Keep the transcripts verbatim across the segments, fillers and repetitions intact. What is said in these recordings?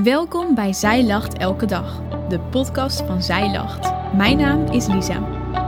Welkom bij Zij Lacht Elke Dag, de podcast van Zij Lacht. Mijn naam is Lisa.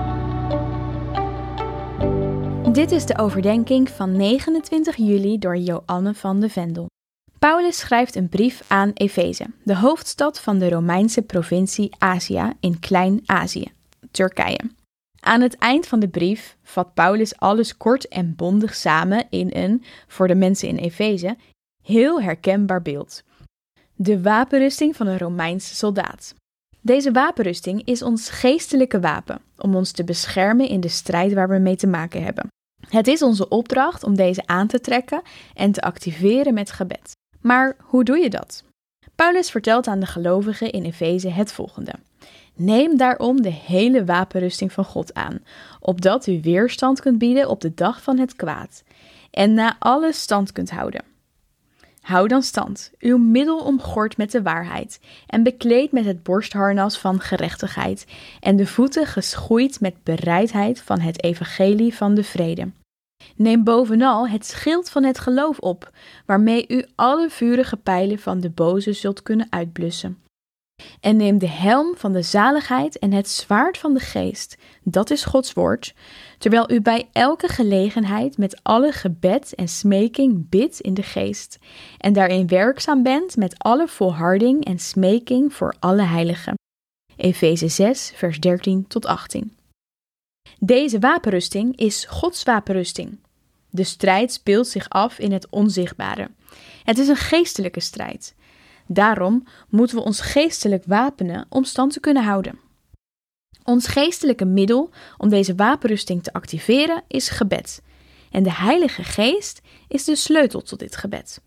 Dit is de overdenking van negenentwintig juli door Joanne van de Vendel. Paulus schrijft een brief aan Efeze, de hoofdstad van de Romeinse provincie Asia in Klein-Azië, Turkije. Aan het eind van de brief vat Paulus alles kort en bondig samen in een, voor de mensen in Efeze, heel herkenbaar beeld. De wapenrusting van een Romeinse soldaat. Deze wapenrusting is ons geestelijke wapen, om ons te beschermen in de strijd waar we mee te maken hebben. Het is onze opdracht om deze aan te trekken en te activeren met gebed. Maar hoe doe je dat? Paulus vertelt aan de gelovigen in Efeze het volgende. Neem daarom de hele wapenrusting van God aan, opdat u weerstand kunt bieden op de dag van het kwaad en na alles stand kunt houden. Hou dan stand, uw middel omgord met de waarheid en bekleed met het borstharnas van gerechtigheid en de voeten geschoeid met bereidheid van het evangelie van de vrede. Neem bovenal het schild van het geloof op, waarmee u alle vurige pijlen van de boze zult kunnen uitblussen. En neem de helm van de zaligheid en het zwaard van de geest, dat is Gods woord, terwijl u bij elke gelegenheid met alle gebed en smeking bidt in de geest, en daarin werkzaam bent met alle volharding en smeking voor alle heiligen. Efeze zes, vers dertien tot achttien. Deze wapenrusting is Gods wapenrusting. De strijd speelt zich af in het onzichtbare. Het is een geestelijke strijd. Daarom moeten we ons geestelijk wapenen om stand te kunnen houden. Ons geestelijke middel om deze wapenrusting te activeren is gebed. En de Heilige Geest is de sleutel tot dit gebed.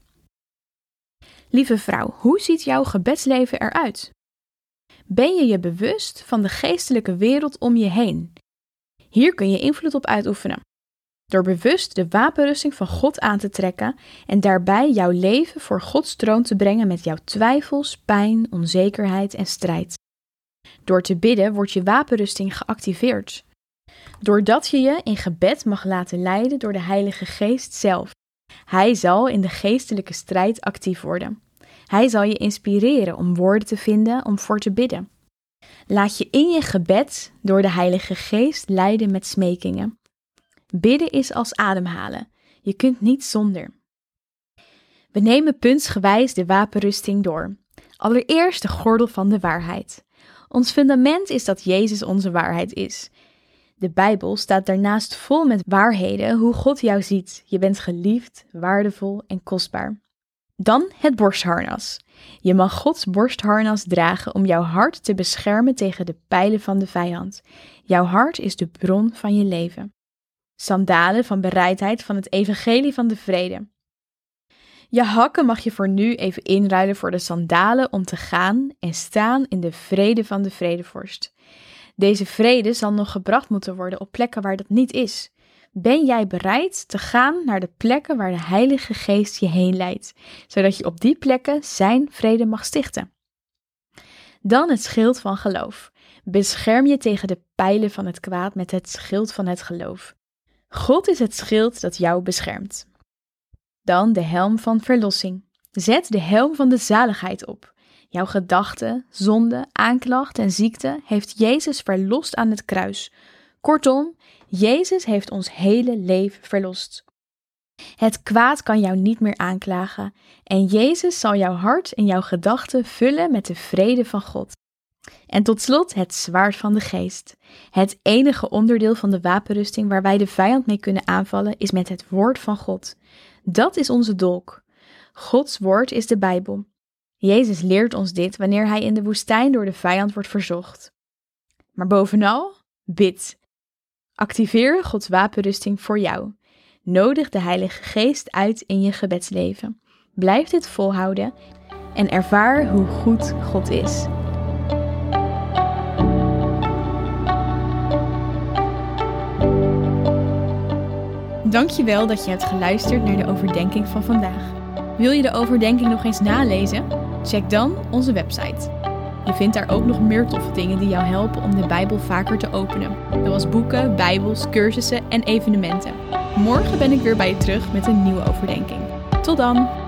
Lieve vrouw, hoe ziet jouw gebedsleven eruit? Ben je je bewust van de geestelijke wereld om je heen? Hier kun je invloed op uitoefenen. Door bewust de wapenrusting van God aan te trekken en daarbij jouw leven voor Gods troon te brengen met jouw twijfels, pijn, onzekerheid en strijd. Door te bidden wordt je wapenrusting geactiveerd. Doordat je je in gebed mag laten leiden door de Heilige Geest zelf. Hij zal in de geestelijke strijd actief worden. Hij zal je inspireren om woorden te vinden om voor te bidden. Laat je in je gebed door de Heilige Geest leiden met smekingen. Bidden is als ademhalen. Je kunt niet zonder. We nemen puntsgewijs de wapenrusting door. Allereerst de gordel van de waarheid. Ons fundament is dat Jezus onze waarheid is. De Bijbel staat daarnaast vol met waarheden hoe God jou ziet. Je bent geliefd, waardevol en kostbaar. Dan het borstharnas. Je mag Gods borstharnas dragen om jouw hart te beschermen tegen de pijlen van de vijand. Jouw hart is de bron van je leven. Sandalen van bereidheid van het evangelie van de vrede. Je hakken mag je voor nu even inruilen voor de sandalen om te gaan en staan in de vrede van de vredevorst. Deze vrede zal nog gebracht moeten worden op plekken waar dat niet is. Ben jij bereid te gaan naar de plekken waar de Heilige Geest je heen leidt, zodat je op die plekken zijn vrede mag stichten? Dan het schild van geloof. Bescherm je tegen de pijlen van het kwaad met het schild van het geloof. God is het schild dat jou beschermt. Dan de helm van verlossing. Zet de helm van de zaligheid op. Jouw gedachten, zonde, aanklacht en ziekte heeft Jezus verlost aan het kruis. Kortom, Jezus heeft ons hele leven verlost. Het kwaad kan jou niet meer aanklagen en Jezus zal jouw hart en jouw gedachten vullen met de vrede van God. En tot slot het zwaard van de geest. Het enige onderdeel van de wapenrusting waar wij de vijand mee kunnen aanvallen is met het woord van God. Dat is onze dolk. Gods woord is de Bijbel. Jezus leert ons dit wanneer hij in de woestijn door de vijand wordt verzocht. Maar bovenal, bid. Activeer Gods wapenrusting voor jou. Nodig de Heilige Geest uit in je gebedsleven. Blijf dit volhouden en ervaar hoe goed God is. Dankjewel dat je hebt geluisterd naar de overdenking van vandaag. Wil je de overdenking nog eens nalezen? Check dan onze website. Je vindt daar ook nog meer toffe dingen die jou helpen om de Bijbel vaker te openen. Zoals boeken, bijbels, cursussen en evenementen. Morgen ben ik weer bij je terug met een nieuwe overdenking. Tot dan!